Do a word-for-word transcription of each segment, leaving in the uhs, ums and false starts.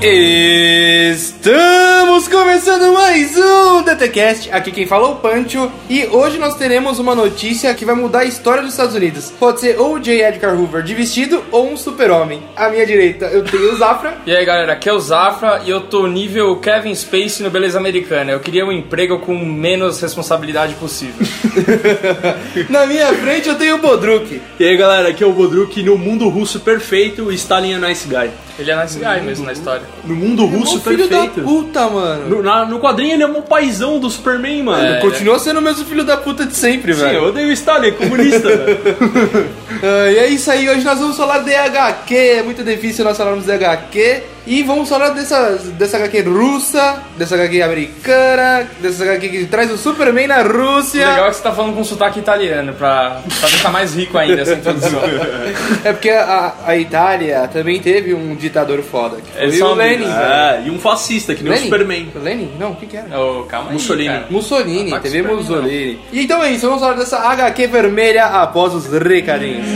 Estamos começando mais um DTCast, aqui quem fala é o Pancho. E hoje nós teremos uma notícia que vai mudar a história dos Estados Unidos. Pode ser ou o J. Edgar Hoover de vestido ou um super-homem. À minha direita eu tenho o Zafra. E aí galera, aqui é o Zafra e eu tô nível Kevin Spacey no Beleza Americana. Eu queria um emprego com menos responsabilidade possível. Na minha frente eu tenho o Bodruk. E aí galera, aqui é o Bodruk. No mundo russo perfeito, o Stalin é nice guy. Ele é nice guy mesmo na história. No mundo russo filho perfeito. Da puta, mano. No, na, no quadrinho ele é um paizão do Superman, mano. É, continua sendo o mesmo filho da puta de sempre, Sim, velho. eu odeio o Stalin, é comunista, velho. Uh, e é isso aí, hoje nós vamos falar de H Q. É muito difícil nós falarmos de H Q. E vamos falar dessa, dessa H Q russa, dessa H Q americana, dessa H Q que traz o Superman na Rússia. O legal é que você tá falando com sotaque italiano, pra, pra deixar mais rico ainda essa introdução. É porque a, a Itália também teve um ditador foda, que foi Eles o são Lenin. amigos, É, e um fascista, que nem o Lenin? Superman. Lenin? Não, o que que era? Oh, calma aí, Mussolini. cara. Mussolini, Ataque teve Superman, Mussolini. E então é isso, vamos falar dessa H Q vermelha após os recadinhos.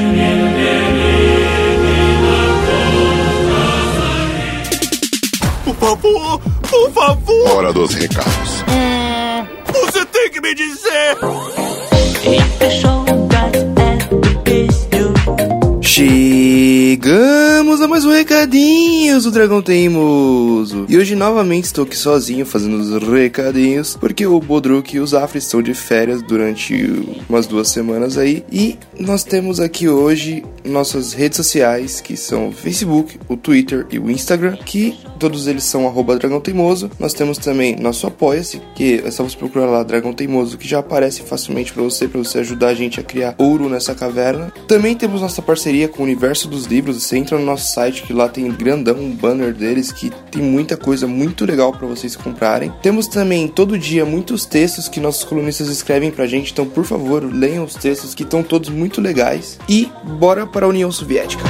Por favor, por favor. Hora dos recados. Hum, você tem que me dizer. Chegamos a mais um Recadinhos do Dragão Teimoso. E hoje novamente estou aqui sozinho fazendo os recadinhos, porque o Bodruk e o Zafra estão de férias durante umas duas semanas aí. E nós temos aqui hoje nossas redes sociais, que são o Facebook, o Twitter e o Instagram, que todos eles são arroba Dragão Teimoso. Nós temos também nosso Apoia-se, que é só você procurar lá Dragão Teimoso, que já aparece facilmente pra você, pra você ajudar a gente a criar ouro nessa caverna. Também temos nossa parceria com o Universo dos Livros. Você entra no nosso site, que lá tem grandão um banner deles, que tem muita coisa muito legal pra vocês comprarem. Temos também todo dia muitos textos que nossos colunistas escrevem pra gente, então por favor leiam os textos, que estão todos muito legais. E bora para a União Soviética.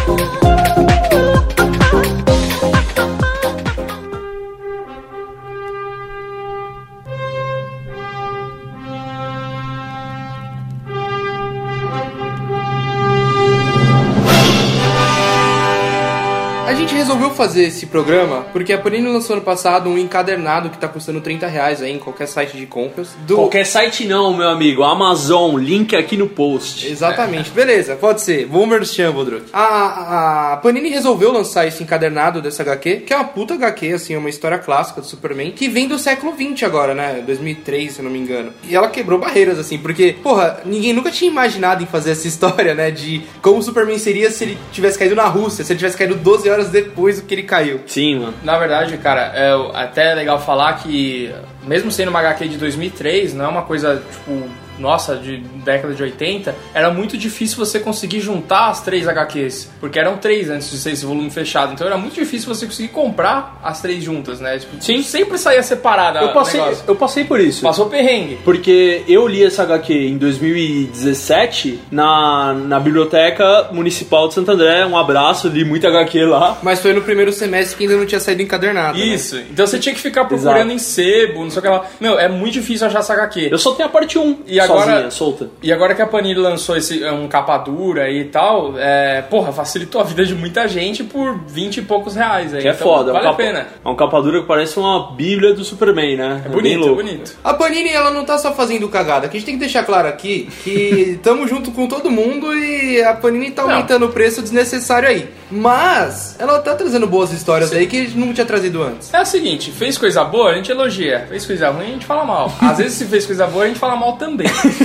A gente resolveu fazer esse programa porque a Panini lançou ano passado um encadernado que tá custando trinta reais aí em qualquer site de compras. Do... Qualquer site não, meu amigo. Amazon, link aqui no post. Exatamente, beleza, pode ser. Vou merchan, Bodruk. A, a Panini resolveu lançar esse encadernado dessa H Q, que é uma puta H Q, assim, é uma história clássica do Superman, que vem do século vinte agora, né? dois mil e três, se eu não me engano. E ela quebrou barreiras, assim, porque, porra, ninguém nunca tinha imaginado em fazer essa história, né? De como o Superman seria se ele tivesse caído na Rússia, se ele tivesse caído doze horas depois do que ele caiu. Sim, mano. Na verdade, cara, é até legal falar que, mesmo sendo uma H Q de dois mil e três, não é uma coisa, tipo, nossa, de década de oitenta, era muito difícil você conseguir juntar as três H Qs, porque eram três antes de ser esse volume fechado, então era muito difícil você conseguir comprar as três juntas, né? Tipo, sim, sempre saía separada. Eu passei, eu passei por isso. Passou perrengue. Porque eu li essa H Q em dois mil e dezessete na, na Biblioteca Municipal de Santo André. Um abraço, li muita H Q lá. Mas foi no primeiro semestre que ainda não tinha saído encadernado. Isso, né? Então você tinha que ficar procurando Exato. Em sebo, não sei o que lá. Meu, é muito difícil achar essa H Q. Eu só tenho a parte um. E agora, sozinha, solta. E agora que a Panini lançou esse, um capa dura e tal, é, porra, facilitou a vida de muita gente por vinte e poucos reais. Aí. Que é então, foda. Vale é um a capa, pena. É um capa dura que parece uma bíblia do Superman, né? É, é bonito, é bonito. A Panini, ela não tá só fazendo cagada. Que a gente tem que deixar claro aqui que tamo junto com todo mundo e a Panini tá aumentando não. o preço desnecessário aí. Mas ela tá trazendo boas histórias Sim. aí que a gente não tinha trazido antes. É o seguinte, fez coisa boa, a gente elogia. Fez coisa ruim, a gente fala mal. Às vezes se fez coisa boa, a gente fala mal também.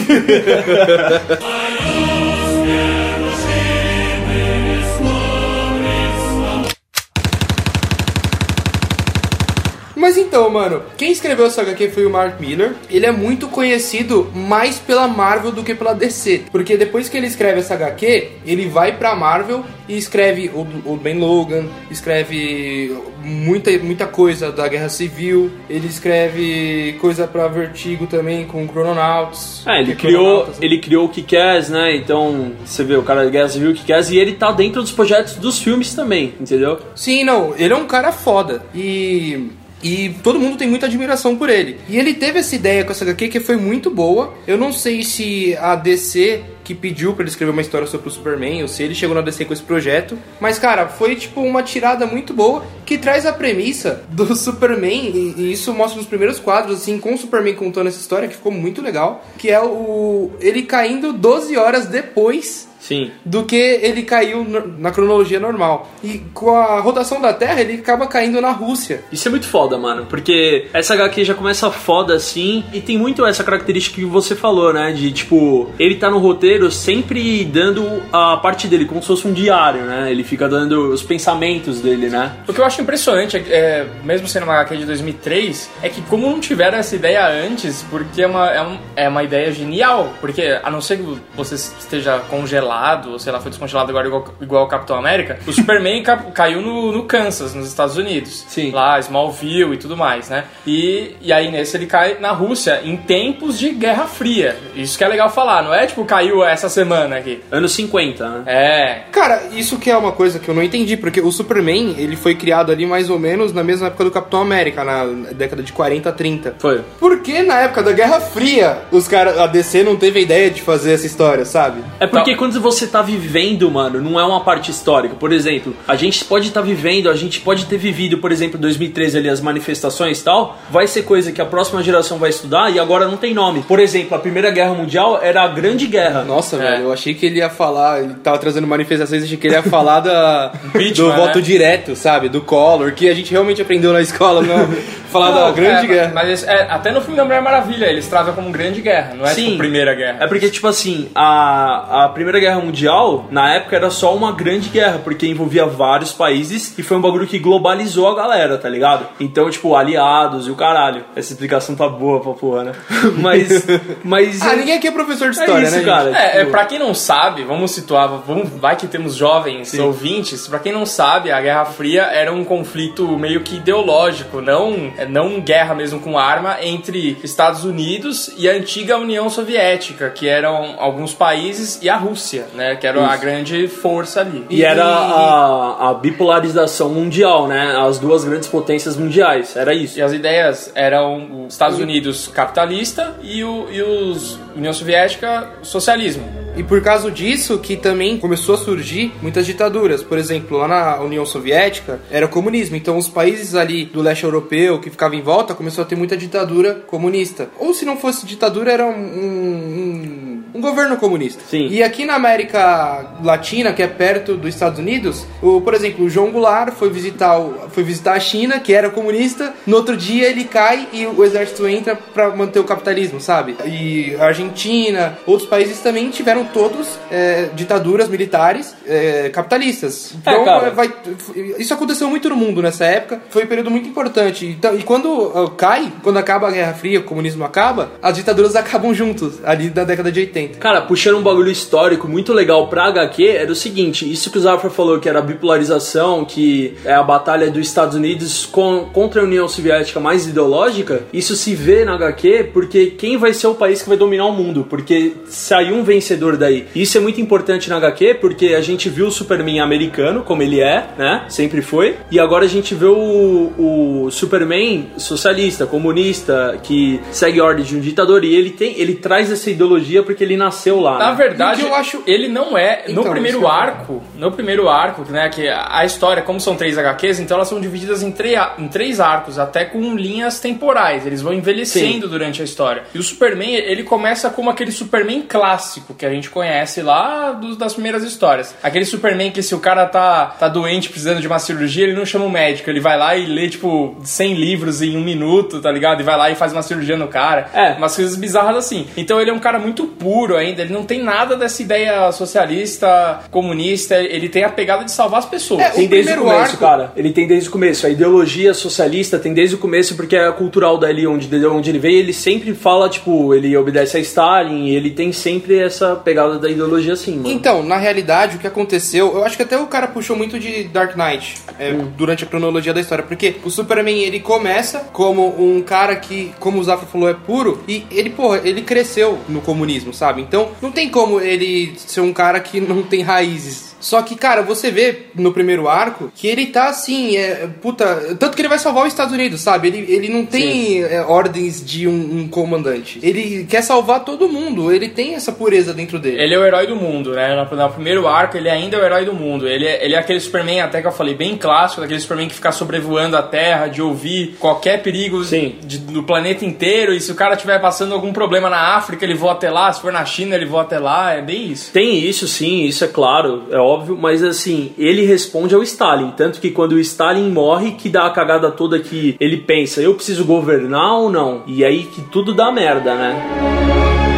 Mas então, mano, quem escreveu essa H Q foi o Mark Millar. Ele é muito conhecido mais pela Marvel do que pela D C. Porque depois que ele escreve essa H Q, ele vai pra Marvel e escreve o, o Ben Logan, escreve muita, muita coisa da Guerra Civil, ele escreve coisa pra Vertigo também com Chrononauts. É, ele é criou, ele criou o Kick-Ass, né? Então, você vê, o cara da Guerra Civil, o Kick-Ass, e ele tá dentro dos projetos dos filmes também, entendeu? Sim, não, ele é um cara foda. E... E todo mundo tem muita admiração por ele. E ele teve essa ideia com essa H Q que foi muito boa. Eu não sei se a D C que pediu pra ele escrever uma história sobre o Superman, ou se ele chegou na D C com esse projeto. Mas, cara, foi tipo uma tirada muito boa que traz a premissa do Superman, e, e isso mostra nos primeiros quadros, assim, com o Superman contando essa história, que ficou muito legal, que é o ele caindo doze horas depois... Sim. Do que ele caiu no, na cronologia normal. E com a rotação da Terra, ele acaba caindo na Rússia. Isso é muito foda, mano, porque essa H Q já começa foda assim, e tem muito essa característica que você falou, né, de tipo, ele tá no roteiro sempre dando a parte dele, como se fosse um diário, né, ele fica dando os pensamentos dele, né. O que eu acho impressionante, é, mesmo sendo uma H Q de dois mil e três, é que como não tiveram essa ideia antes, porque é uma, é, um, é uma ideia genial, porque a não ser que você esteja congelado, ou sei lá, foi descongelado agora igual, igual o Capitão América, o Superman ca, caiu no, no Kansas, nos Estados Unidos. Sim. Lá, Smallville e tudo mais, né? E, e aí nesse ele cai na Rússia, em tempos de Guerra Fria. Isso que é legal falar, não é tipo, caiu essa semana aqui. Anos cinquenta, né? É. Cara, isso que é uma coisa que eu não entendi, porque o Superman, ele foi criado ali mais ou menos na mesma época do Capitão América, na década de quarenta, trinta. Foi. Por que na época da Guerra Fria, os caras, a D C não teve a ideia de fazer essa história, sabe? É porque então, quando você tá vivendo, mano, não é uma parte histórica. Por exemplo, a gente pode estar tá vivendo, a gente pode ter vivido, por exemplo, dois mil e treze ali, as manifestações e tal, vai ser coisa que a próxima geração vai estudar e agora não tem nome. Por exemplo, a Primeira Guerra Mundial era a Grande Guerra. Nossa, é. velho, eu achei que ele ia falar, ele tava trazendo manifestações, achei que ele ia falar da, do né? voto direto, sabe? Do Collor, que a gente realmente aprendeu na escola, não falar não, da Grande é, Guerra. Mas é, até no filme da Mulher Maravilha, eles trazem como Grande Guerra, não é Sim, tipo Primeira Guerra. É porque, tipo assim, a, a Primeira Guerra Mundial, na época, era só uma grande guerra, porque envolvia vários países e foi um bagulho que globalizou a galera, tá ligado? Então, tipo, aliados e o caralho. Essa explicação tá boa pra porra, né? Mas... mas ah, ninguém aqui é professor de história, é isso, né, cara? É, tipo... é, pra quem não sabe, vamos situar, vamos, vai que temos jovens Sim. ouvintes, pra quem não sabe, a Guerra Fria era um conflito meio que ideológico, não, não guerra mesmo com arma, entre Estados Unidos e a antiga União Soviética, que eram alguns países, e a Rússia, né, que era isso. a grande força ali. E, e era a, a bipolarização mundial, né, as duas grandes potências mundiais, era isso. E as ideias eram os Estados Unidos capitalista e, o, e os União Soviética socialismo. E por causa disso que também começou a surgir muitas ditaduras. Por exemplo, lá na União Soviética era o comunismo. Então os países ali do leste europeu que ficavam em volta começou a ter muita ditadura comunista. Ou se não fosse ditadura, era um, um, um governo comunista. Sim. E aqui na América Latina, que é perto dos Estados Unidos, o, por exemplo, o João Goulart foi visitar, o, foi visitar a China, que era comunista. No outro dia ele cai e o exército entra pra manter o capitalismo, sabe? E a Argentina, outros países também tiveram todos é, ditaduras militares é, capitalistas. Então, é, vai, isso aconteceu muito no mundo nessa época. Foi um período muito importante. Então, e quando uh, cai, quando acaba a Guerra Fria, o comunismo acaba, as ditaduras acabam juntos, ali da década de oitenta. Cara, puxando um bagulho histórico muito legal pra H Q, era o seguinte, isso que o Zafra falou, que era a bipolarização, que é a batalha dos Estados Unidos com, contra a União Soviética mais ideológica, isso se vê na H Q porque quem vai ser o país que vai dominar o mundo? Porque saiu um vencedor daí. Isso é muito importante na H Q porque a gente viu o Superman americano, como ele é, né? Sempre foi. E agora a gente vê o, o Superman socialista, comunista, que segue a ordem de um ditador. E ele tem, ele traz essa ideologia porque ele nasceu lá. Na né? verdade, eu acho... ele não é... Então, no primeiro arco, no primeiro arco, né? Que a história, como são três H Qs, então elas são divididas em, tre- em três arcos, até com linhas temporais. Eles vão envelhecendo Sim. durante a história. E o Superman, ele começa como aquele Superman clássico que a gente conhece lá dos, das primeiras histórias. Aquele Superman que se o cara tá, tá doente, precisando de uma cirurgia, ele não chama um médico, ele vai lá e lê, tipo, cem livros em um minuto, tá ligado? E vai lá e faz uma cirurgia no cara. É. Umas coisas bizarras assim. Então ele é um cara muito puro ainda, ele não tem nada dessa ideia socialista, comunista, ele tem a pegada de salvar as pessoas. É, tem desde o começo, arco... cara. Ele tem desde o começo. A ideologia socialista tem desde o começo, porque é cultural dali onde, onde ele veio, ele sempre fala, tipo, ele obedece a Stalin, ele tem sempre essa pegada da ideologia assim, mano. Então, na realidade, o que aconteceu, eu acho que até o cara puxou muito de Dark Knight é, hum. durante a cronologia da história, porque o Superman, ele começa como um cara que, como o Zafra falou, é puro, e ele, porra, ele cresceu no comunismo, sabe? Então, não tem como ele ser um cara que não tem raízes Só que, cara, você vê no primeiro arco que ele tá assim, é, puta... Tanto que ele vai salvar os Estados Unidos, sabe? Ele, ele não tem é, ordens de um, um comandante. Ele quer salvar todo mundo. Ele tem essa pureza dentro dele. Ele é o herói do mundo, né? No, no primeiro arco, ele ainda é o herói do mundo. Ele é, ele é aquele Superman, até que eu falei, bem clássico, daquele Superman que fica sobrevoando a Terra, de ouvir qualquer perigo de, do planeta inteiro. E se o cara estiver passando algum problema na África, ele voa até lá. Se for na China, ele voa até lá. É bem isso. Tem isso, sim. Isso é claro, é óbvio. Mas, assim, ele responde ao Stalin. Tanto que quando o Stalin morre, que dá a cagada toda que ele pensa, eu preciso governar ou não? E aí que tudo dá merda, né?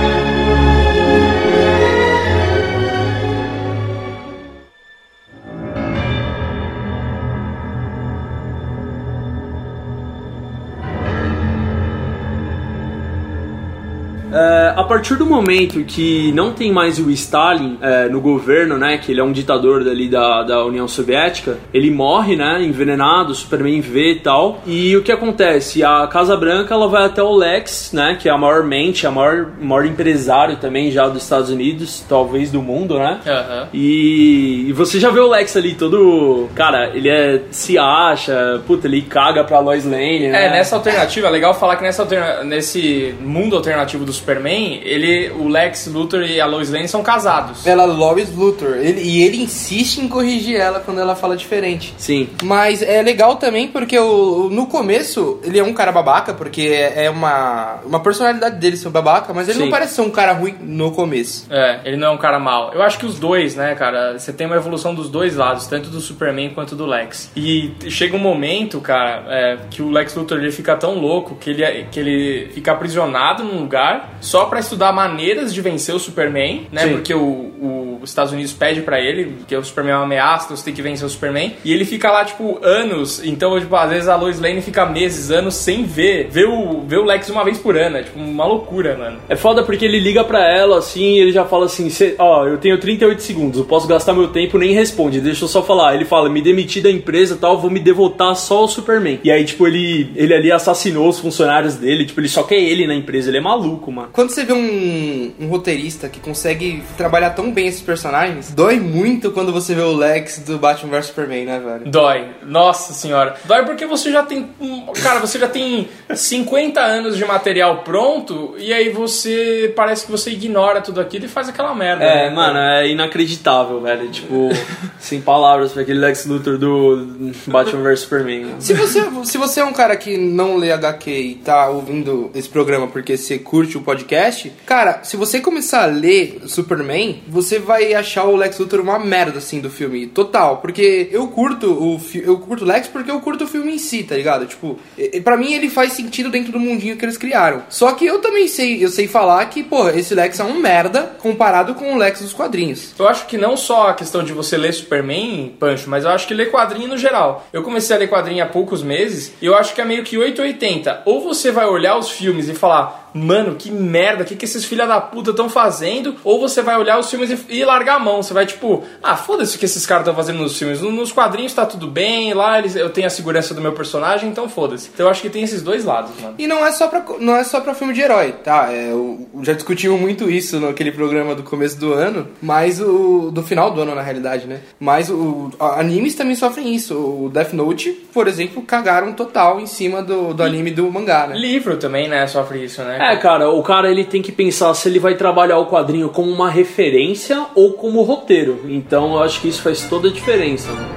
É, a partir do momento que não tem mais o Stalin é, no governo, né, que ele é um ditador dali da, da União Soviética, ele morre, né, envenenado, o Superman vê e tal, e o que acontece? A Casa Branca, ela vai até o Lex, né, que é a maior mente, a maior, maior empresário também já dos Estados Unidos, talvez do mundo, né, uhum. e, e você já vê o Lex ali todo, cara, ele é, se acha, puta, ele caga pra Lois Lane, né. É, nessa alternativa, é legal falar que nessa alterna- nesse mundo alternativo do Superman, ele, o Lex Luthor e a Lois Lane são casados. Ela é Lois Luthor, ele, e ele insiste em corrigir ela quando ela fala diferente. Sim. Mas é legal também porque o, no começo ele é um cara babaca, porque é uma, uma personalidade dele ser um babaca, mas ele Sim. não parece ser um cara ruim no começo. É, ele não é um cara mau. Eu acho que os dois, né, cara, você tem uma evolução dos dois lados, tanto do Superman quanto do Lex. E chega um momento, cara, é, que o Lex Luthor ele fica tão louco que ele, que ele fica aprisionado num lugar só pra estudar maneiras de vencer o Superman, né? Sim. Porque o, o, os Estados Unidos pede pra ele, que o Superman é uma ameaça, então você tem que vencer o Superman. E ele fica lá, tipo, anos. Então, tipo, às vezes a Lois Lane fica meses, anos sem ver. Ver o, ver o Lex uma vez por ano. É, tipo, uma loucura, mano. É foda porque ele liga pra ela, assim, e ele já fala assim, ó, eu tenho trinta e oito segundos, eu posso gastar meu tempo, nem responde, deixa eu só falar. Ele fala, me demiti da empresa e tal, vou me devotar só ao Superman. E aí, tipo, ele, ele ali assassinou os funcionários dele, tipo, ele só quer ele na empresa, ele é maluco, mano. Quando você vê um, um roteirista que consegue trabalhar tão bem esses personagens, dói muito quando você vê o Lex do Batman versus Superman, né, velho? Dói. Nossa senhora. Dói porque você já tem... Cara, você já tem cinquenta anos de material pronto e aí você... Parece que você ignora tudo aquilo e faz aquela merda. É, né? mano, é inacreditável, velho. Tipo, sem palavras pra aquele Lex Luthor do Batman versus Superman. Se você, se você é um cara que não lê agá quê e tá ouvindo esse programa porque você curte o podcast, cara, se você começar a ler Superman, você vai achar o Lex Luthor uma merda, assim, do filme. Total. Porque eu curto o fi- eu curto o Lex porque eu curto o filme em si, tá ligado? Tipo, e- pra mim ele faz sentido dentro do mundinho que eles criaram. Só que eu também sei, eu sei falar que, pô, esse Lex é um merda comparado com o Lex dos quadrinhos. Eu acho que não só a questão de você ler Superman, Pancho, mas eu acho que ler quadrinho no geral. Eu comecei a ler quadrinho há poucos meses e eu acho que é meio que oito ou oitenta. Ou você vai olhar os filmes e falar, mano, que merda, o que, que esses filha da puta estão fazendo? Ou você vai olhar os filmes e, e largar a mão. Você vai tipo, ah, foda-se o que esses caras estão fazendo nos filmes. Nos quadrinhos tá tudo bem, lá eles, eu tenho a segurança do meu personagem, então foda-se. Então eu acho que tem esses dois lados, mano. E não é só pra, não é só pra filme de herói, tá? É, eu, já discutimos muito isso naquele programa do começo do ano, mas o... do final do ano, na realidade, né? Mas o, a, animes também sofrem isso. O Death Note, por exemplo, cagaram total em cima do, do anime do mangá, né? Livro também, né, sofre isso, né? É, cara, o cara ele tem que pensar se ele vai trabalhar o quadrinho como uma referência ou como roteiro. Então eu acho que isso faz toda a diferença, né?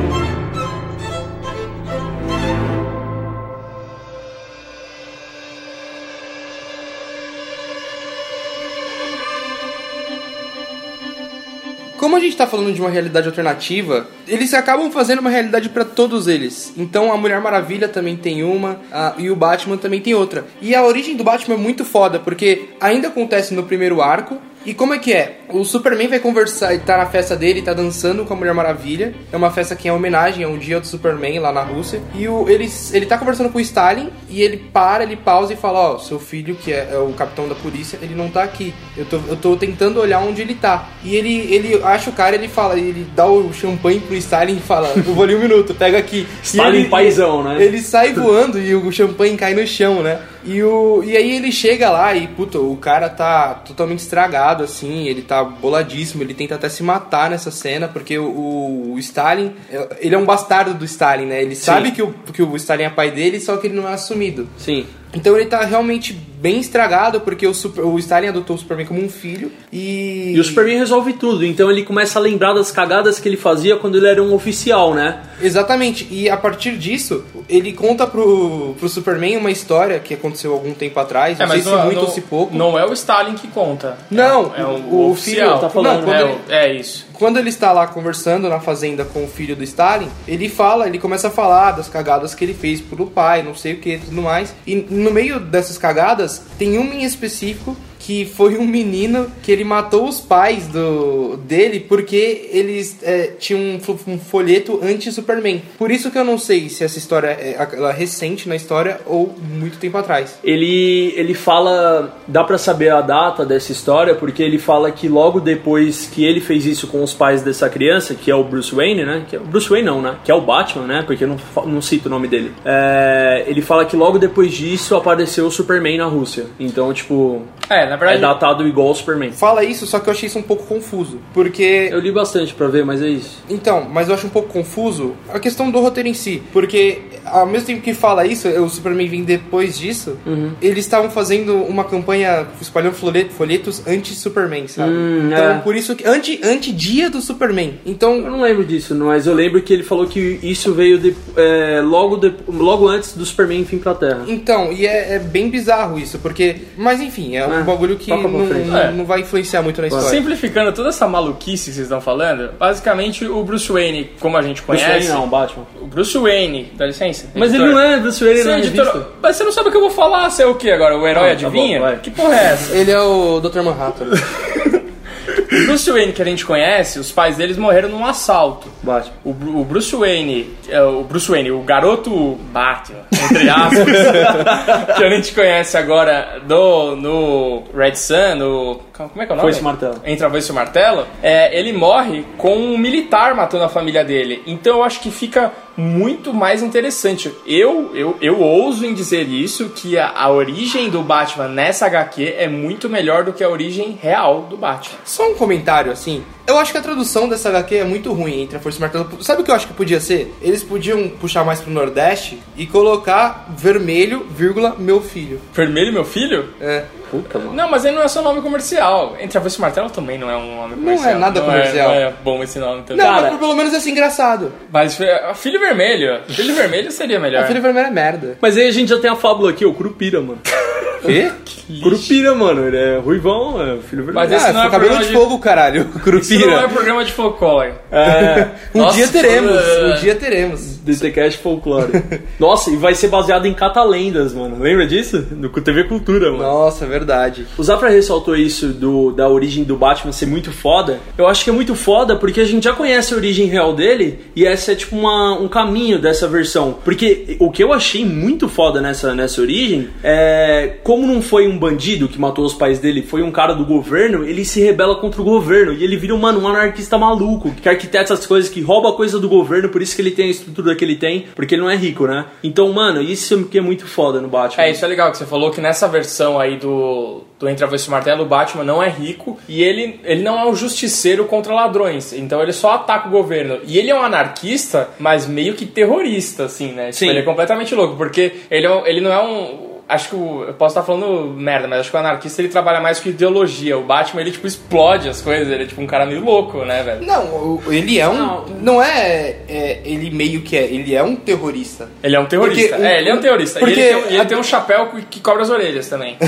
Como a gente tá falando de uma realidade alternativa, eles acabam fazendo uma realidade pra todos eles. Então a Mulher Maravilha também tem uma, a, e o Batman também tem outra. E a origem do Batman é muito foda, porque ainda acontece no primeiro arco. E como é que é? O Superman vai conversar, ele tá na festa dele, tá dançando com a Mulher Maravilha. É uma festa que é homenagem a um dia do Superman lá na Rússia. E o, ele, ele tá conversando com o Stalin e ele para, ele pausa e fala, ó, oh, seu filho, que é, é o capitão da polícia, ele não tá aqui. Eu tô, eu tô tentando olhar onde ele tá. E ele, ele acha o cara, ele fala, ele dá o champanhe pro Stalin e fala, eu vou ali um minuto, pega aqui. Stalin ele, paizão, né? Ele sai voando e o champanhe cai no chão, né? E, o, e aí ele chega lá e, puta, o cara tá totalmente estragado, assim, ele tá boladíssimo, ele tenta até se matar nessa cena, porque o, o Stalin, ele é um bastardo do Stalin, né? Ele sabe que o, que o Stalin é pai dele, só que ele não é assumido. Sim. Então ele tá realmente bem estragado, porque o, super, o Stalin adotou o Superman como um filho e... E o Superman resolve tudo, então ele começa a lembrar das cagadas que ele fazia quando ele era um oficial, né? Exatamente, e a partir disso, ele conta pro, pro Superman uma história que aconteceu algum tempo atrás, não é, sei mas se não, muito não, ou se pouco. Não é o Stalin que conta. Não, é, é o, o, o oficial filho tá falando. Não, quando é, ele, é isso. Quando ele está lá conversando na fazenda com o filho do Stalin, ele fala, ele começa a falar das cagadas que ele fez pro pai, não sei o que, tudo mais. E no meio dessas cagadas, tem uma em específico que foi um menino que ele matou os pais do, dele porque eles é, tinham um, um folheto anti-Superman. Por isso que eu não sei se essa história é ela é recente na história ou muito tempo atrás. Ele, ele fala, dá pra saber a data dessa história, porque ele fala que logo depois que ele fez isso com os pais dessa criança, que é o Bruce Wayne, né? Que é, Bruce Wayne não, né? Que é o Batman, né? Porque eu não, não cito o nome dele. É, ele fala que logo depois disso apareceu o Superman na Rússia. Então, tipo... É, na verdade... É datado igual ao Superman. Fala isso, só que eu achei isso um pouco confuso, porque... Eu li bastante pra ver, mas é isso. Então, mas eu acho um pouco confuso a questão do roteiro em si, porque ao mesmo tempo que fala isso, o Superman vem depois disso, uhum. eles estavam fazendo uma campanha espalhando folhetos anti-Superman, sabe? Hum, então, é. por isso que... Anti, anti-dia do Superman. Então... Eu não lembro disso, mas eu lembro que ele falou que isso veio de, é, logo, de, logo antes do Superman vir pra Terra. Então, e é, é bem bizarro isso, porque... Mas enfim, é um é, bagulho que não, não, é. não vai influenciar muito na história. Simplificando toda essa maluquice que vocês estão falando, basicamente o Bruce Wayne, como a gente conhece... Bruce Wayne não, Batman. O Bruce Wayne, dá licença. Mas editor. ele não é Bruce Wayne, Sim, não é editor, revista. mas você não sabe o que eu vou falar, você é o que agora? O herói Não, adivinha? tá bom, que porra é essa? Ele é o doutor Manhattan. O Bruce Wayne que a gente conhece, os pais deles morreram num assalto. Batman. O, o Bruce Wayne, o Bruce Wayne, o garoto Batman, entre aspas, que a gente conhece agora do, no Red Sun, no... Como é que é o nome? Foice e Martelo. Entre a Foice e o Martelo. É, ele morre com um militar matando a família dele. Então eu acho que fica muito mais interessante. Eu, eu, eu ouso em dizer isso, que a, a origem do Batman nessa agá quê é muito melhor do que a origem real do Batman. Só um comentário, assim... Eu acho que a tradução dessa agá quê é muito ruim entre a Força e o Martelo. Sabe o que eu acho que podia ser? Eles podiam puxar mais pro Nordeste e colocar vermelho, vírgula, meu filho. Vermelho, meu filho? É. Puta, mano. Não, mas ele não é só nome comercial. Entre a Foice e o Martelo também não é um nome comercial. Não é nada comercial. Não é, não é bom esse nome também. Não, Cara, mas pelo menos é assim, engraçado. mas Filho Vermelho. Filho Vermelho seria melhor. A Filho Vermelho é merda. Mas aí a gente já tem a fábula aqui, o Curupira, mano. Quê? Curupira, mano. Ele é ruivão, é filho vermelho. Mas esse Ah, não é cabelo programa de de- fogo, caralho. Isso não é Curupira. programa de folclore. É, Um Nossa, dia teremos, é. um dia teremos. D T Cast Folclore. Nossa, e vai ser baseado em Catalendas, mano. Lembra disso? No T V Cultura, mano. Nossa, verdade. O Zafra ressaltou isso do, da origem do Batman ser muito foda. Eu acho que é muito foda porque a gente já conhece a origem real dele e essa é tipo uma, um caminho dessa versão. Porque o que eu achei muito foda nessa, nessa origem é como não foi um bandido que matou os pais dele, foi um cara do governo, ele se rebela contra o governo e ele vira, mano, um anarquista maluco que arquiteta as coisas, que rouba coisa do governo, por isso que ele tem a estrutura que ele tem, porque ele não é rico, né? Então, mano, isso que é muito foda no Batman. É, isso é legal que você falou, que nessa versão aí do, do Entre a Foice e o Martelo, o Batman não é rico e ele, ele não é um justiceiro contra ladrões, então ele só ataca o governo. E ele é um anarquista, mas meio que terrorista, assim, né? Tipo, Sim. ele é completamente louco, porque ele, é um- ele não é um... Acho que o, eu posso estar falando merda, mas acho que o anarquista ele trabalha mais com ideologia. O Batman ele tipo explode as coisas, ele é tipo um cara meio louco, né, velho? Não, o- ele é um... Não, Não. é, é... Ele meio que é... Ele é um terrorista. Ele é um terrorista. Porque o- é, ele é um terrorista. porque e ele, tem, e ele a- tem um chapéu que, que cobre as orelhas também.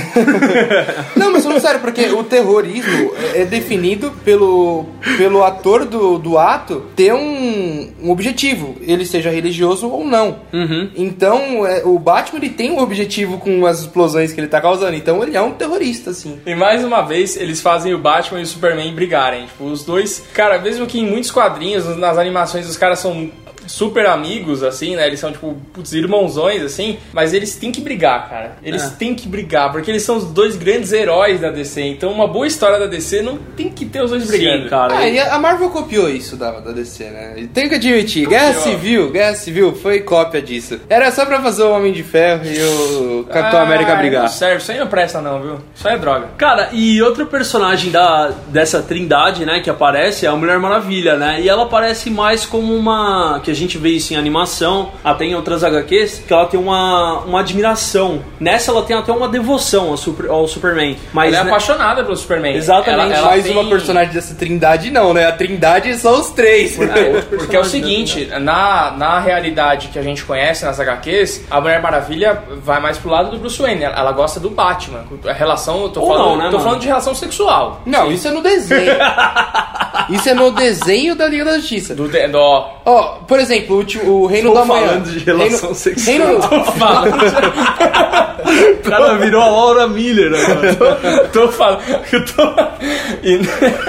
Não, mas falando sério, porque o terrorismo é definido pelo, pelo ator do, do ato ter um, um objetivo, ele seja religioso ou não. Uhum. Então, é, o Batman ele tem um objetivo com as explosões que ele tá causando, então ele é um terrorista, assim. E mais uma vez, eles fazem o Batman e o Superman brigarem. Tipo, os dois... Cara, mesmo que em muitos quadrinhos, nas animações, os caras são super amigos, assim, né? Eles são, tipo, putz, irmãozões, assim, mas eles têm que brigar, cara. Eles é. têm que brigar, porque eles são os dois grandes heróis da D C. Então, uma boa história da D C não tem que ter os dois brigando. Sim, cara. Ah, e a Marvel copiou isso da, da D C, né? Tem que admitir, copiou. Guerra Civil, Guerra Civil foi cópia disso. Era só pra fazer o Homem de Ferro e o Capitão ah, América brigar. Não serve, isso aí não presta não, viu? Isso aí é droga. Cara, e outro personagem da, dessa trindade, né, que aparece é a Mulher Maravilha, né? E ela aparece mais como uma... que a gente vê isso em animação, até em outras H Qs, que ela tem uma, uma admiração. Nessa ela tem até uma devoção ao, super, ao Superman. Mas, ela é né? apaixonada pelo Superman. Exatamente. Ela, ela mais tem... uma personagem dessa trindade não, né? A trindade são os três. É, porque é o seguinte, na, na realidade que a gente conhece nas H Qs, a Mulher Maravilha vai mais pro lado do Bruce Wayne. Ela, ela gosta do Batman. A relação, eu tô, falando, não, né, tô falando de relação sexual. Não, sim. Isso é no desenho. Isso é no desenho da Liga da Justiça. Do de, do... Oh, por exemplo, o, último, o Reino tô da Manhã. falando de relação Reino, sexual. Reino... Tô falando de... O cara virou a Laura Miller agora. Tô, tô falando... Eu tô... E...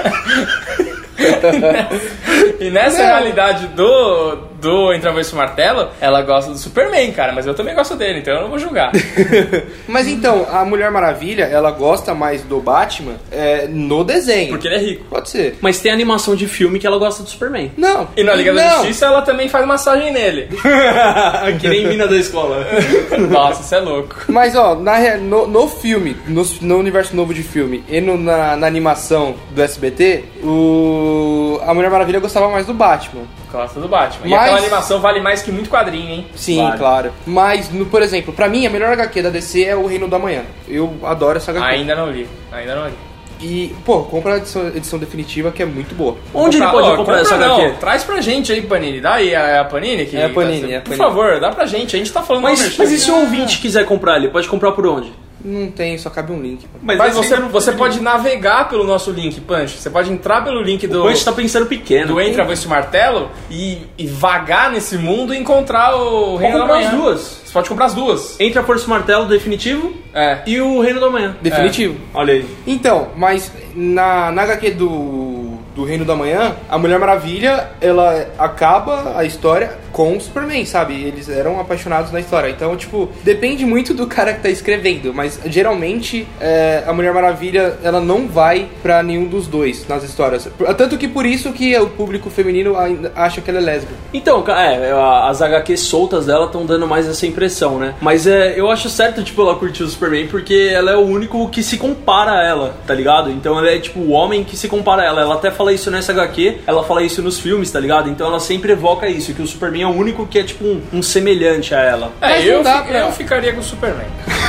E nessa Não. realidade do, do Entre a Foice e o Martelo, ela gosta do Superman, cara, mas eu também gosto dele, então eu não vou julgar. Mas então, a Mulher Maravilha, ela gosta mais do Batman é, no desenho. Porque ele é rico. Pode ser. Mas tem animação de filme que ela gosta do Superman. Não. E na Liga não. da Justiça, ela também faz massagem nele. Que nem mina da escola. Nossa, isso é louco. Mas ó, na, no, no filme, no, no universo novo de filme e no, na, na animação do S B T, o... a Mulher Maravilha gostava mais do Batman. Gosta do Batman. Mas... E aquela animação vale mais que muito quadrinho, hein? Sim, vale. Claro. Mas, no, por exemplo, pra mim, a melhor H Q da D C é o Reino da Manhã. Eu adoro essa H Q. Ainda não li. Ainda não li. E, pô, compra a edição, edição definitiva que é muito boa. Onde comprar, ele pode ó, comprar compra essa não. H Q? Traz pra gente aí, Panini. Dá aí a, a Panini. Que é a Panini, tá, é a Por Panini. favor, dá pra gente. A gente tá falando... Mas, mas e se o ouvinte quiser comprar, ele pode comprar por onde? Não tem, só cabe um link. Mas, Mas você, você pode navegar pelo nosso link, Punch. Você pode entrar pelo link do... O Punch tá pensando pequeno. Do Entre a Foice e o Martelo e, e vagar nesse mundo e encontrar o Reino da Manhã. Pode comprar as duas. Você pode comprar as duas. Entre a Foice e o Martelo definitivo é. e o Reino da Manhã. Definitivo. É. Olha aí. Então, mas na, na H Q do, do Reino da Manhã, a Mulher Maravilha, ela acaba a história com o Superman, sabe? Eles eram apaixonados na história. Então, tipo, depende muito do cara que tá escrevendo, mas geralmente é, a Mulher Maravilha, ela não vai pra nenhum dos dois nas histórias. Tanto que por isso que o público feminino ainda acha que ela é lésbica. Então, é, as H Qs soltas dela estão dando mais essa impressão, né? Mas é, eu acho certo, tipo, ela curtir o Superman porque ela é o único que se compara a ela, tá ligado? Então ela é, tipo, o homem que se compara a ela. Ela até fala isso nessa H Q, ela fala isso nos filmes, tá ligado? Então ela sempre evoca isso, que o Superman é o único que é tipo um, um semelhante a ela. É, Mas eu, não dá fi, pra... eu ficaria com o Superman.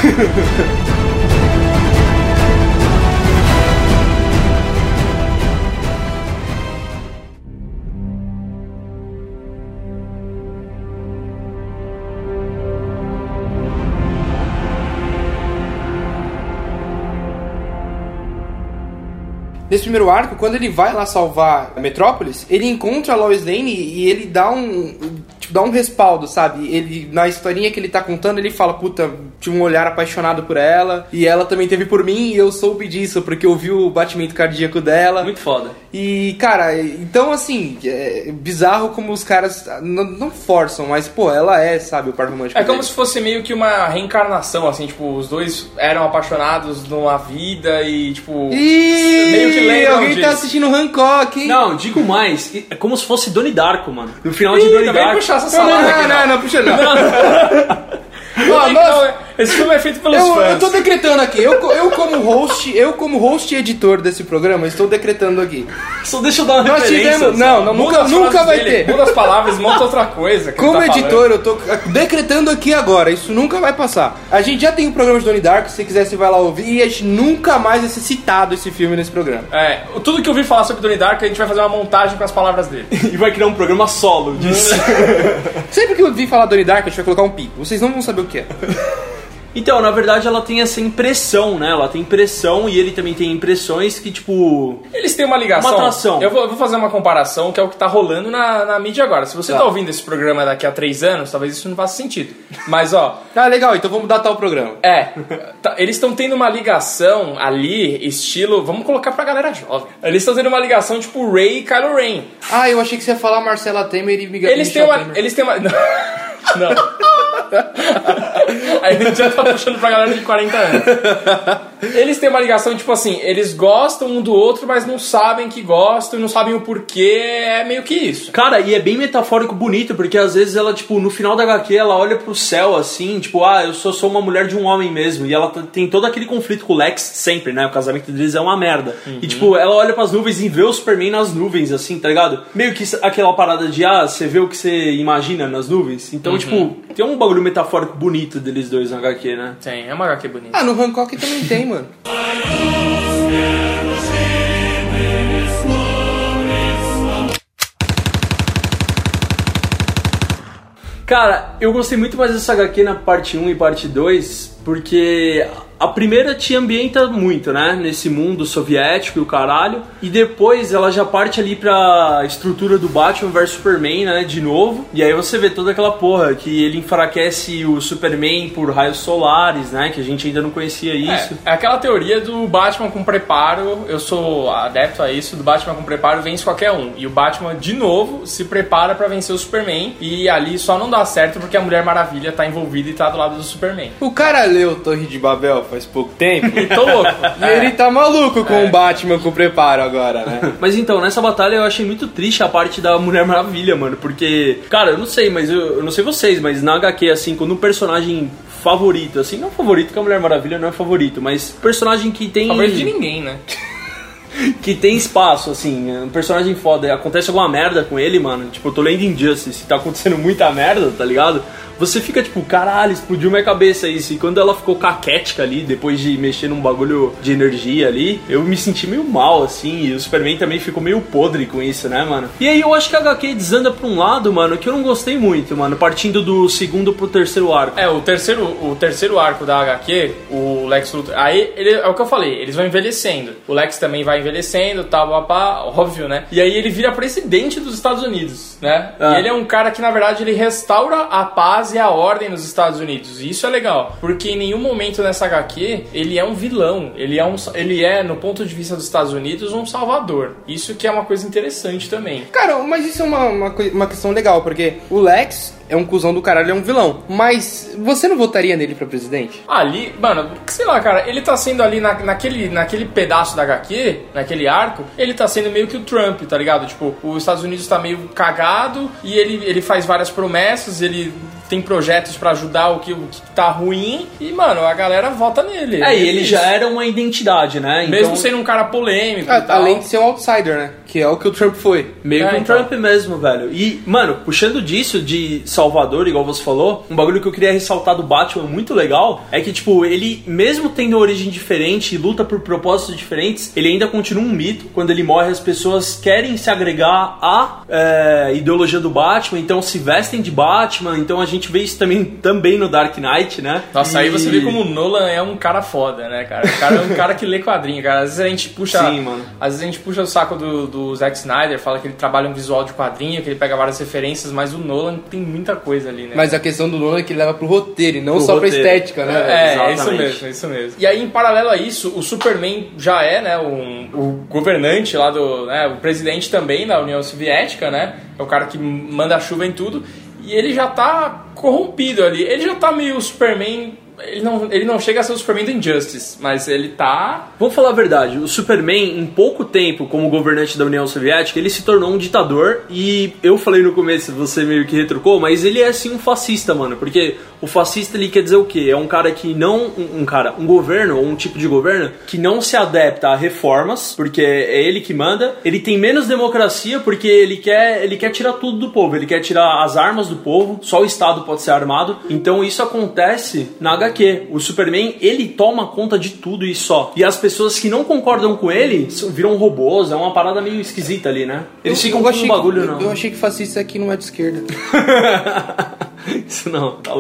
Nesse primeiro arco, quando ele vai lá salvar a Metrópolis, ele encontra a Lois Lane e ele dá um, tipo, dá um respaldo, sabe? Ele, na historinha que ele tá contando, ele fala, puta, tive um olhar apaixonado por ela, e ela também teve por mim, e eu soube disso, porque eu vi o batimento cardíaco dela. Muito foda. E, cara, então, assim, é bizarro como os caras não, não forçam, mas, pô, ela é, sabe, o par romântico É como dele. se fosse meio que uma reencarnação, assim, tipo, os dois eram apaixonados numa vida e, tipo... Ih, meio que lembram alguém disso. tá assistindo Hancock, hein? Não, digo mais, é como se fosse Donnie Darko, mano. No final de Ih, Donnie também Darko... puxar essa Não, não, salada não, aqui, não, não, puxa não. Ó, Ó, nós- nós- Esse filme é feito pelos Eu, fãs. eu tô decretando aqui, eu, co- eu como host, eu como host e editor desse programa, estou decretando aqui. Só deixa eu dar uma Nós referência. tivemos, não, não, Muda nunca, as nunca frases vai dele, ter. Muda as palavras, monta outra coisa. que Como ele tá editor, eu tô decretando aqui agora, isso nunca vai passar. A gente já tem o programa de Donnie Darko, se você quiser você vai lá ouvir, e a gente nunca mais vai ser citado esse filme nesse programa. É, tudo que eu vi falar sobre Donnie Darko, a gente vai fazer uma montagem com as palavras dele. E vai criar um programa solo disso. Sempre que eu vi falar Donnie Darko, a gente vai colocar um pi. Vocês não vão saber o que é. Então, na verdade, ela tem essa impressão, né? Ela tem impressão e ele também tem impressões que, tipo... Eles têm uma ligação. Uma atração. Eu vou, eu vou fazer uma comparação, que é o que tá rolando na, na mídia agora. Se você tá. tá ouvindo esse programa daqui a três anos, talvez isso não faça sentido. Mas, ó... Ah, legal, então vamos datar o programa. É. Tá, eles estão tendo uma ligação ali, estilo... Vamos colocar pra galera jovem. Eles estão tendo uma ligação tipo Rey e Kylo Ren. Ah, eu achei que você ia falar Marcela Temer e Miguel Eles têm uma... Eles têm uma... Não. Não. Aí a gente já tá puxando pra galera de quarenta anos. Eles têm uma ligação, tipo assim, eles gostam um do outro, mas não sabem que gostam e não sabem o porquê. É meio que isso. Cara, e é bem metafórico bonito, porque às vezes ela, tipo, no final da agá quê, ela olha pro céu assim, tipo, ah, eu só sou uma mulher de um homem mesmo. E ela tem todo aquele conflito com o Lex sempre, né? O casamento deles é uma merda. Uhum. E tipo, ela olha pras nuvens e vê o Superman nas nuvens, assim, tá ligado? Meio que aquela parada de, ah, você vê o que você imagina nas nuvens. Então, uhum. tipo, tem um bagulho metafórico bonito deles dois na agá quê, né? Tem, é uma agá quê bonita. Ah, no Hancock também tem, mano. Cara, eu gostei muito mais dessa agá quê na parte um e parte dois, porque a primeira te ambienta muito, né? Nesse mundo soviético e o caralho. E depois ela já parte ali pra estrutura do Batman versus Superman, né? De novo. E aí você vê toda aquela porra que ele enfraquece o Superman por raios solares, né? Que a gente ainda não conhecia isso. É, é aquela teoria do Batman com preparo. Eu sou adepto a isso. Do Batman com preparo vence qualquer um. E o Batman, de novo, se prepara pra vencer o Superman. E ali só não dá certo porque a Mulher Maravilha tá envolvida e tá do lado do Superman. O cara leu Torre de Babel faz pouco tempo. E tô louco. E é. ele tá maluco com é. o Batman com preparo agora, né? Mas então, nessa batalha eu achei muito triste a parte da Mulher Maravilha, mano. Porque, cara, eu não sei, mas eu, eu não sei vocês, mas na agá quê, assim, quando um personagem favorito, assim, não favorito, que a Mulher Maravilha não é favorito, mas personagem que tem... Favorito de ninguém, né? Que tem espaço, assim, um personagem foda, acontece alguma merda com ele, mano. Tipo, eu tô lendo Injustice, tá acontecendo muita merda, tá ligado? Você fica tipo, caralho, explodiu minha cabeça isso. E quando ela ficou caquética ali, depois de mexer num bagulho de energia ali, eu me senti meio mal, assim. E o Superman também ficou meio podre com isso, né, mano? E aí eu acho que a agá quê desanda pra um lado, mano, que eu não gostei muito, mano. Partindo do segundo pro terceiro arco. É, o terceiro, o terceiro arco da agá quê, o Lex Luthor... Aí, ele, é o que eu falei, eles vão envelhecendo. O Lex também vai envelhecendo, tá, papá, óbvio, né? E aí ele vira presidente dos Estados Unidos, né? Ah. E ele é um cara que, na verdade, ele restaura a paz e a ordem nos Estados Unidos. E isso é legal, porque em nenhum momento nessa agá quê ele é um vilão. Ele é, um, ele é, no ponto de vista dos Estados Unidos, um salvador. Isso que é uma coisa interessante também. Cara, mas isso é uma, uma, uma questão legal, porque o Lex é um cuzão do caralho, é um vilão. Mas você não votaria nele pra presidente? Ali, mano, sei lá, cara, ele tá sendo ali na, naquele, naquele pedaço da agá quê, naquele arco, ele tá sendo meio que o Trump, tá ligado? Tipo, os Estados Unidos tá meio cagado e ele, ele faz várias promessas, ele tem projetos pra ajudar o que, o que tá ruim e, mano, a galera vota nele. É, e ele já era uma identidade, né? Mesmo então... sendo um cara polêmico é, e tal. Além de ser um outsider, né? Que é o que o Trump foi. Meio é, que um então. Trump mesmo, velho. E, mano, puxando disso de Salvador, igual você falou, um bagulho que eu queria ressaltar do Batman muito legal é que, tipo, ele, mesmo tendo origem diferente e luta por propósitos diferentes, ele ainda continua um mito. Quando ele morre, as pessoas querem se agregar à é, ideologia do Batman, então se vestem de Batman. Então a gente vê isso também, também no Dark Knight, né? Nossa, e... aí você vê como o Nolan é um cara foda, né, cara? O cara é um cara que lê quadrinho, cara. Às vezes a gente puxa... Sim, mano. Às vezes a gente puxa o saco do, do Zack Snyder, fala que ele trabalha um visual de quadrinho, que ele pega várias referências, mas o Nolan tem muita coisa ali, né? Mas a questão do Nolan é que ele leva pro roteiro e não pro só roteiro. pra estética, né? É, é isso mesmo, é isso mesmo. E aí, em paralelo a isso, o Superman já é, né, um, o governante lá do... Né, o presidente também da União Soviética, né? É o cara que manda a chuva em tudo. E ele já tá corrompido ali. Ele já tá meio Superman... Ele não, ele não chega a ser o Superman do Injustice, mas ele tá... Vamos falar a verdade, o Superman, em pouco tempo como governante da União Soviética, ele se tornou um ditador. E eu falei no começo, você meio que retrucou, mas ele é sim um fascista, mano. Porque o fascista, ele quer dizer o quê? É um cara que não... Um, um cara, um governo, ou um tipo de governo, que não se adapta a reformas, porque é ele que manda. Ele tem menos democracia, porque ele quer, ele quer tirar tudo do povo. Ele quer tirar as armas do povo, só o Estado pode ser armado. Então isso acontece na agá quê. O Superman, ele toma conta de tudo e só. E as pessoas que não concordam com ele viram robôs, é uma parada meio esquisita ali, né? Eles eu, ficam eu com achei um bagulho, que, não. Eu achei que fascista aqui não é de esquerda. Isso não, tá louco.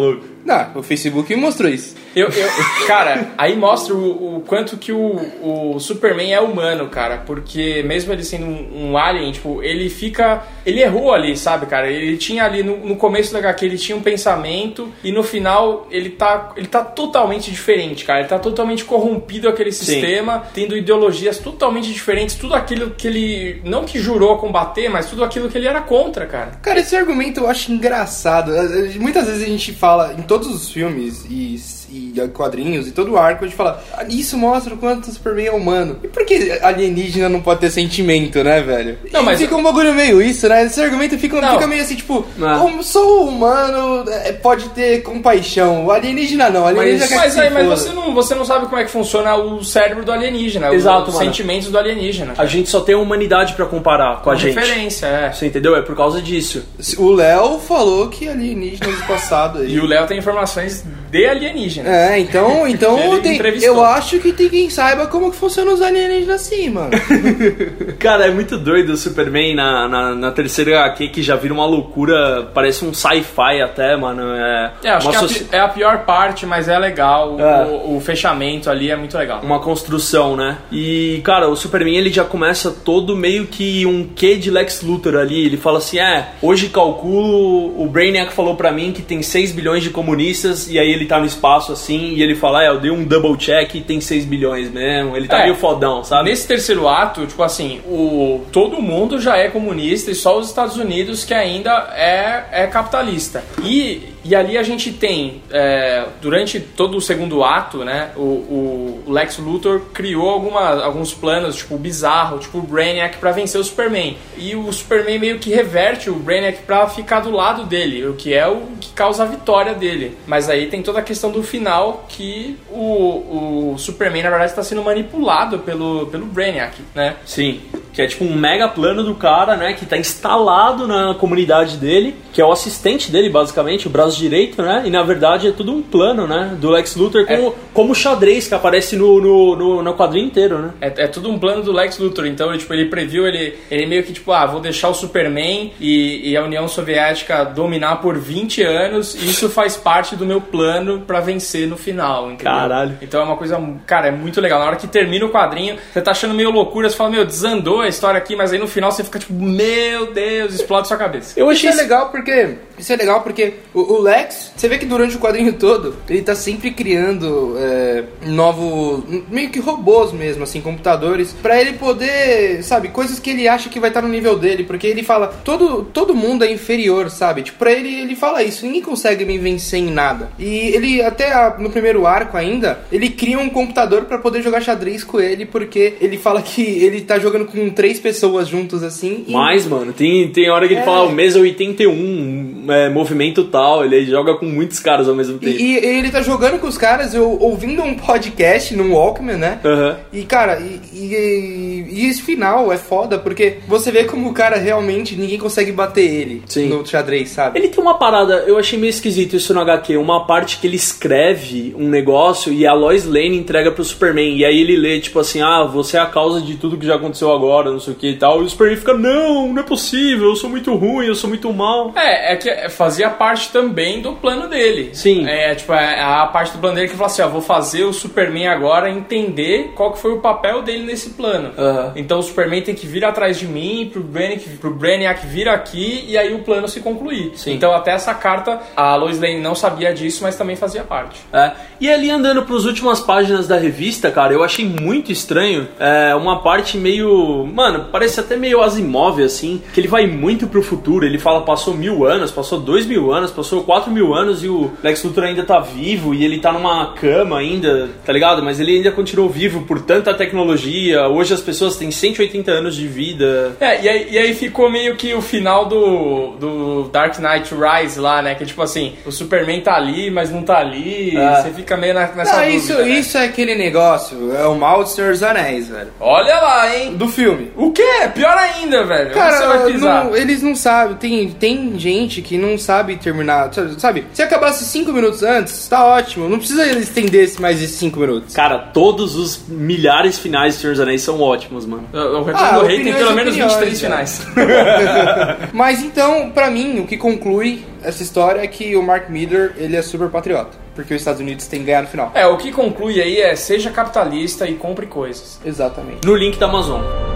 Não, o Facebook mostrou isso. Eu, eu, cara, aí mostra o, o quanto que o, o Superman é humano, cara. Porque mesmo ele sendo um, um alien, tipo, ele fica... Ele errou ali, sabe, cara? Ele tinha ali, no, no começo da agá quê, ele tinha um pensamento e no final ele tá, ele tá totalmente diferente, cara. Ele tá totalmente corrompido aquele sistema, Sim. tendo ideologias totalmente diferentes. Tudo aquilo que ele... Não que jurou combater, mas tudo aquilo que ele era contra, cara. Cara, esse argumento eu acho engraçado. Muitas vezes a gente fala, em todos os filmes e... e quadrinhos e todo o arco, a gente fala, isso mostra o quanto o Superman é humano. E por que alienígena não pode ter sentimento, né, velho? Não, e mas fica um bagulho meio isso, né? Esse argumento fica, fica meio assim, tipo, não. só o humano pode ter compaixão, o alienígena não, o alienígena mas, quer mas, que aí, mas você não, você não sabe como é que funciona o cérebro do alienígena, Exato, os mano. sentimentos do alienígena. A gente só tem a humanidade pra comparar com a gente. Referência, é. Você entendeu? É por causa disso. O Léo falou que alienígenas do passado aí. E o Léo tem informações de alienígena. É, então, então tem, eu acho que tem quem saiba como que funcionam os alienígenas assim, mano. Cara, é muito doido o Superman na, na, na terceira agá quê, que já vira uma loucura, parece um sci-fi até, mano. É, é acho que soci... é a pior parte, mas é legal. É. O, o fechamento ali é muito legal. Uma construção, né? E, cara, o Superman ele já começa todo meio que um quê de Lex Luthor ali. Ele fala assim, é, hoje calculo, o Brainiac falou pra mim que tem seis bilhões de comunistas, e aí ele tá no espaço assim, e ele fala, é, eu dei um double check e tem seis bilhões mesmo. Ele tá é, meio fodão, sabe? Nesse terceiro ato, tipo assim, o, todo mundo já é comunista e só os Estados Unidos que ainda é, é capitalista. E... E ali a gente tem, é, durante todo o segundo ato, né, o, o Lex Luthor criou alguma, alguns planos, tipo, bizarro, tipo o Brainiac pra vencer o Superman. E o Superman meio que reverte o Brainiac pra ficar do lado dele, o que é o que causa a vitória dele. Mas aí tem toda a questão do final, que o, o Superman, na verdade, está sendo manipulado pelo, pelo Brainiac, né? Sim. Que é tipo um mega plano do cara, né? Que tá instalado na comunidade dele, que é o assistente dele, basicamente, o braço direito, né? E na verdade é tudo um plano, né? Do Lex Luthor como, é. como xadrez que aparece no, no, no, no quadrinho inteiro, né? É, é tudo um plano do Lex Luthor. Então, ele, tipo, ele previu, ele, ele meio que tipo, ah, vou deixar o Superman e, e a União Soviética dominar por vinte anos, e isso faz parte do meu plano pra vencer no final, entendeu? Caralho. Então é uma coisa, cara, é muito legal. Na hora que termina o quadrinho, você tá achando meio loucura, você fala, meu, desandou a história aqui, mas aí no final você fica tipo, meu Deus, explode sua cabeça. Eu achei isso é legal porque isso é legal porque o, o Lex, você vê que durante o quadrinho todo ele tá sempre criando é, novos, meio que robôs mesmo, assim, computadores, pra ele poder, sabe, coisas que ele acha que vai estar no nível dele, porque ele fala, todo, todo mundo é inferior, sabe, tipo, pra ele, ele fala isso, ninguém consegue me vencer em nada. E ele, até a, no primeiro arco ainda, ele cria um computador pra poder jogar xadrez com ele, porque ele fala que ele tá jogando com três pessoas juntos assim. E... Mas, mano, tem, tem hora que ele é. fala o mesa oitenta e um, é, movimento tal, ele joga com muitos caras ao mesmo tempo. E, e ele tá jogando com os caras, eu, ouvindo um podcast num Walkman, né? Uhum. E, cara, e, e, e esse final é foda, porque você vê como o cara realmente, ninguém consegue bater ele Sim. no xadrez, sabe? Ele tem uma parada, eu achei meio esquisito isso no agá quê, uma parte que ele escreve um negócio e a Lois Lane entrega pro Superman, e aí ele lê, tipo assim, ah, você é a causa de tudo que já aconteceu agora, não sei o que e tal, e o Superman fica, não, não é possível, eu sou muito ruim, eu sou muito mal. É, é que fazia parte também do plano dele. Sim. É, tipo, é a parte do plano dele que fala assim, ó, vou fazer o Superman agora entender qual que foi o papel dele nesse plano. Uhum. Então o Superman tem que vir atrás de mim, pro Brainiac, pro Brainiac vir aqui, e aí o plano se concluir. Sim. Então até essa carta, a Lois Lane não sabia disso, mas também fazia parte. É. E ali andando pras últimas páginas da revista, cara, eu achei muito estranho, é, uma parte meio, mano, parece até meio Asimov, assim, que ele vai muito pro futuro, ele fala, passou mil anos, passou dois mil anos, passou quatro mil anos e o Lex Luthor ainda tá vivo e ele tá numa cama ainda, tá ligado? Mas ele ainda continuou vivo por tanta tecnologia, hoje as pessoas têm cento e oitenta anos de vida. É, e aí, e aí ficou meio que o final do, do Dark Knight Rise lá, né, que tipo assim, o Superman tá ali, mas não tá ali, é. Você fica meio na, nessa não, dúvida, isso, né? Isso é aquele negócio, é o mal do Senhor dos Anéis, velho. Olha lá, hein? Do filme. O quê? Pior ainda, velho. Cara, não, eles não sabem. Tem, tem gente que que não sabe terminar, sabe? Se acabasse cinco minutos antes, tá ótimo. Não precisa estender mais de cinco minutos. Cara, todos os milhares finais de Senhor dos Anéis são ótimos, mano. O Retorno ah, do Rei tem pelo menos vinte e três finais. Mas então, pra mim, o que conclui essa história é que o Mark Miller, ele é super patriota. Porque os Estados Unidos têm que ganhar no final. É, o que conclui aí é seja capitalista e compre coisas. Exatamente. No link da Amazon.